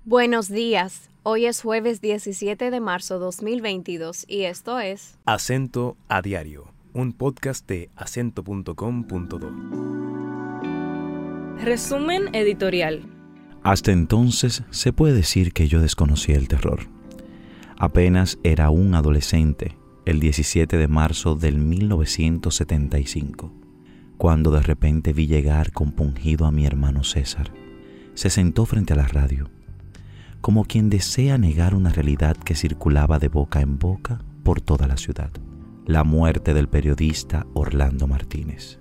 Buenos días, hoy es jueves 17 de marzo 2022 y esto es Acento a Diario, un podcast de acento.com.do. Resumen editorial. Hasta entonces se puede decir que yo desconocía el terror. Apenas era un adolescente el 17 de marzo del 1975, cuando de repente vi llegar compungido a mi hermano César. Se sentó frente a la radio, como quien desea negar una realidad que circulaba de boca en boca por toda la ciudad: la muerte del periodista Orlando Martínez.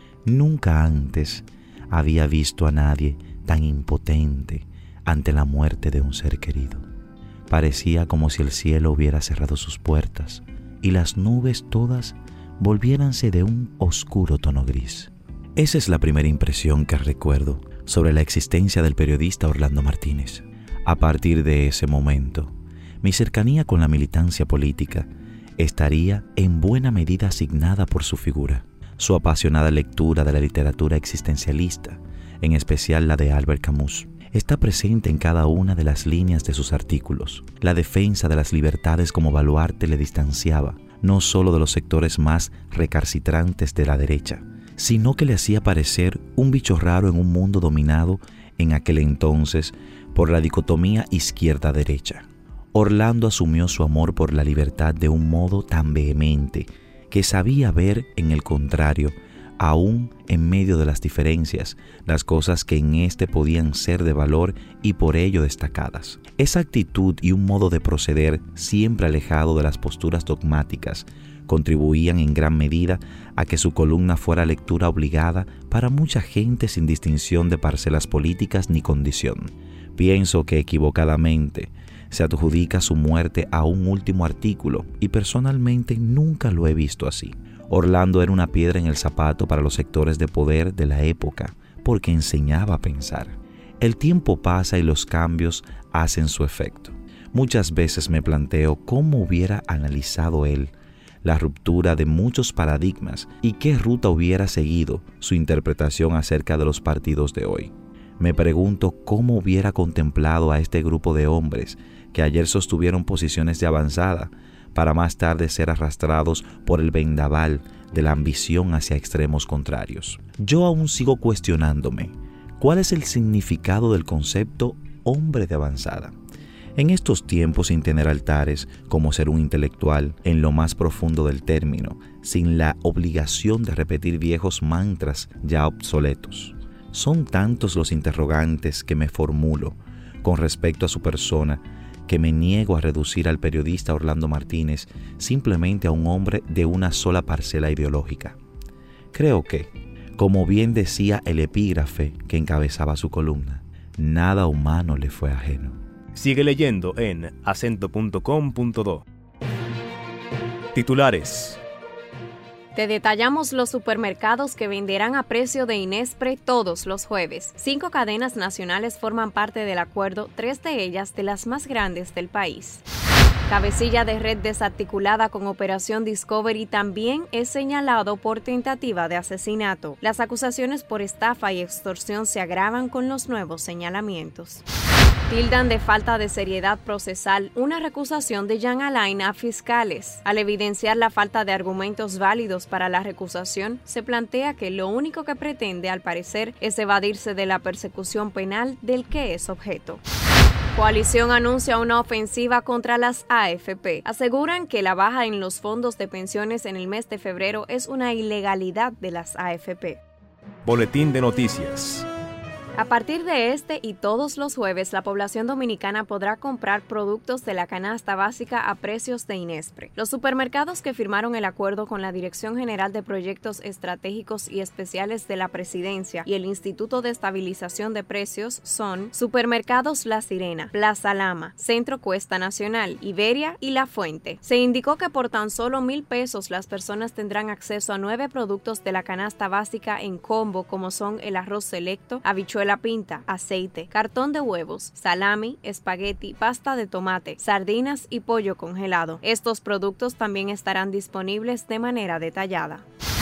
Nunca antes había visto a nadie tan impotente ante la muerte de un ser querido. Parecía como si el cielo hubiera cerrado sus puertas y las nubes todas volviéranse de un oscuro tono gris. Esa es la primera impresión que recuerdo sobre la existencia del periodista Orlando Martínez. A partir de ese momento, mi cercanía con la militancia política estaría en buena medida asignada por su figura. Su apasionada lectura de la literatura existencialista, en especial la de Albert Camus, está presente en cada una de las líneas de sus artículos. La defensa de las libertades como baluarte le distanciaba, no solo de los sectores más recalcitrantes de la derecha, sino que le hacía parecer un bicho raro en un mundo dominado en aquel entonces por la dicotomía izquierda-derecha. Orlando asumió su amor por la libertad de un modo tan vehemente que sabía ver en el contrario, aún en medio de las diferencias, las cosas que en éste podían ser de valor y por ello destacadas. Esa actitud y un modo de proceder siempre alejado de las posturas dogmáticas contribuían en gran medida a que su columna fuera lectura obligada para mucha gente sin distinción de parcelas políticas ni condición. Pienso que equivocadamente se adjudica su muerte a un último artículo y personalmente nunca lo he visto así. Orlando era una piedra en el zapato para los sectores de poder de la época porque enseñaba a pensar. El tiempo pasa y los cambios hacen su efecto. Muchas veces me planteo cómo hubiera analizado él la ruptura de muchos paradigmas y qué ruta hubiera seguido su interpretación acerca de los partidos de hoy. Me pregunto cómo hubiera contemplado a este grupo de hombres que ayer sostuvieron posiciones de avanzada para más tarde ser arrastrados por el vendaval de la ambición hacia extremos contrarios. Yo aún sigo cuestionándome cuál es el significado del concepto hombre de avanzada. En estos tiempos, sin tener altares como ser un intelectual en lo más profundo del término, sin la obligación de repetir viejos mantras ya obsoletos. Son tantos los interrogantes que me formulo con respecto a su persona que me niego a reducir al periodista Orlando Martínez simplemente a un hombre de una sola parcela ideológica. Creo que, como bien decía el epígrafe que encabezaba su columna, nada humano le fue ajeno. Sigue leyendo en acento.com.do. Titulares. Te detallamos los supermercados que venderán a precio de Inespre todos los jueves. 5 cadenas nacionales forman parte del acuerdo, 3 de ellas de las más grandes del país. Cabecilla de red desarticulada con Operación Discovery también es señalado por tentativa de asesinato. Las acusaciones por estafa y extorsión se agravan con los nuevos señalamientos. Tildan de falta de seriedad procesal una recusación de Jean Alain a fiscales. Al evidenciar la falta de argumentos válidos para la recusación, se plantea que lo único que pretende, al parecer, es evadirse de la persecución penal del que es objeto. Coalición anuncia una ofensiva contra las AFP. Aseguran que la baja en los fondos de pensiones en el mes de febrero es una ilegalidad de las AFP. Boletín de noticias. A partir de este y todos los jueves, la población dominicana podrá comprar productos de la canasta básica a precios de Inespre. Los supermercados que firmaron el acuerdo con la Dirección General de Proyectos Estratégicos y Especiales de la Presidencia y el Instituto de Estabilización de Precios son Supermercados La Sirena, Plaza Lama, Centro Cuesta Nacional, Iberia y La Fuente. Se indicó que por tan solo 1,000 pesos las personas tendrán acceso a 9 productos de la canasta básica en combo, como son el arroz selecto, habichuela pinta, aceite, cartón de huevos, salami, espagueti, pasta de tomate, sardinas y pollo congelado. Estos productos también estarán disponibles de manera detallada.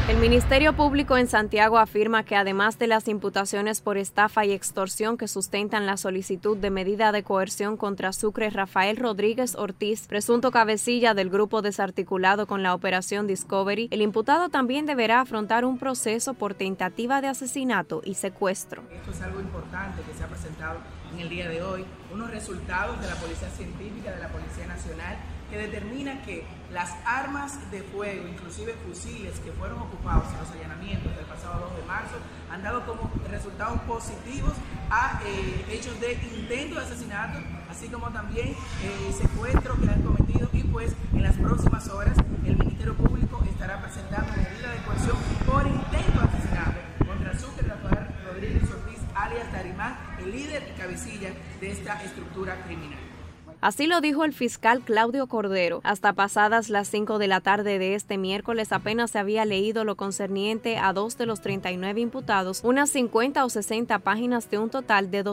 El Ministerio Público en Santiago afirma que además de las imputaciones por estafa y extorsión que sustentan la solicitud de medida de coerción contra Sucre Rafael Rodríguez Ortiz, presunto cabecilla del grupo desarticulado con la Operación Discovery, el imputado también deberá afrontar un proceso por tentativa de asesinato y secuestro. Esto es algo importante que se ha presentado en el día de hoy, unos resultados de la Policía Científica, de la Policía Nacional, que determina que las armas de fuego, inclusive fusiles que fueron ocupados en los allanamientos del pasado 2 de marzo, han dado como resultados positivos a hechos de intento de asesinato, así como también secuestros que han cometido, y pues en las próximas horas el Ministerio Público estará presentando medida de coerción por intento de asesinato contra Sucre Rafael Rodríguez Ortiz, alias Darimán, el líder y cabecilla de esta estructura criminal. Así lo dijo el fiscal Claudio Cordero. Hasta pasadas las 5 de la tarde de este miércoles apenas se había leído lo concerniente a 2 de los 39 imputados, unas 50 o 60 páginas de un total de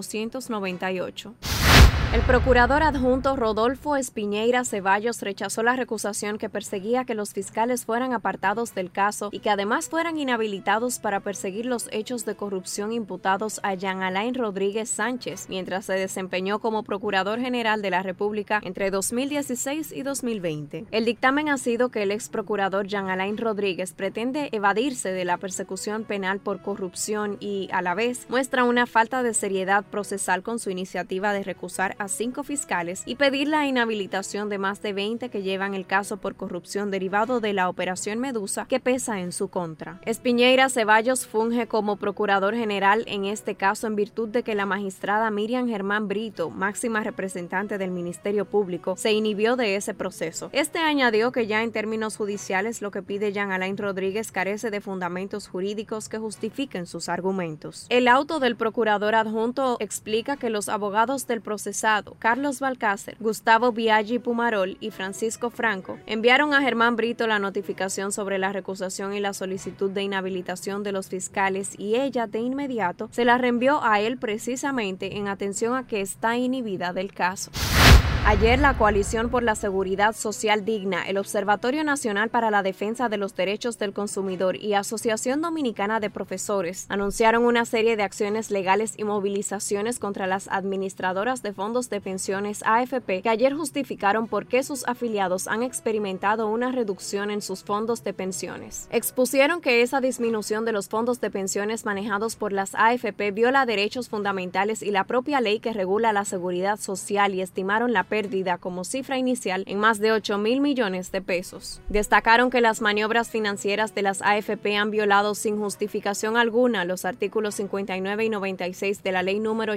298. El procurador adjunto Rodolfo Espiñeira Ceballos rechazó la recusación que perseguía que los fiscales fueran apartados del caso y que además fueran inhabilitados para perseguir los hechos de corrupción imputados a Jean Alain Rodríguez Sánchez, mientras se desempeñó como Procurador General de la República entre 2016 y 2020. El dictamen ha sido que el ex procurador Jean Alain Rodríguez pretende evadirse de la persecución penal por corrupción y, a la vez, muestra una falta de seriedad procesal con su iniciativa de recusar a 5 fiscales y pedir la inhabilitación de más de 20 que llevan el caso por corrupción derivado de la Operación Medusa que pesa en su contra. Espiñeira Ceballos funge como Procurador General en este caso en virtud de que la magistrada Miriam Germán Brito, máxima representante del Ministerio Público, se inhibió de ese proceso. Este añadió que ya en términos judiciales lo que pide Jean Alain Rodríguez carece de fundamentos jurídicos que justifiquen sus argumentos. El auto del procurador adjunto explica que los abogados del procesado Carlos Balcácer, Gustavo Biaggi Pumarol y Francisco Franco enviaron a Germán Brito la notificación sobre la recusación y la solicitud de inhabilitación de los fiscales y ella de inmediato se la reenvió a él precisamente en atención a que está inhibida del caso. Ayer, la Coalición por la Seguridad Social Digna, el Observatorio Nacional para la Defensa de los Derechos del Consumidor y Asociación Dominicana de Profesores anunciaron una serie de acciones legales y movilizaciones contra las administradoras de fondos de pensiones AFP que ayer justificaron por qué sus afiliados han experimentado una reducción en sus fondos de pensiones. Expusieron que esa disminución de los fondos de pensiones manejados por las AFP viola derechos fundamentales y la propia ley que regula la seguridad social y estimaron la pérdida como cifra inicial en más de 8.000 millones de pesos. Destacaron que las maniobras financieras de las AFP han violado sin justificación alguna los artículos 59 y 96 de la Ley número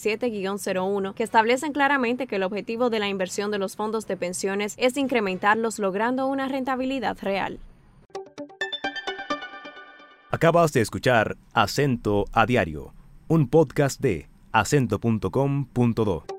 87-01, que establecen claramente que el objetivo de la inversión de los fondos de pensiones es incrementarlos logrando una rentabilidad real. Acabas de escuchar Acento a Diario, un podcast de acento.com.do.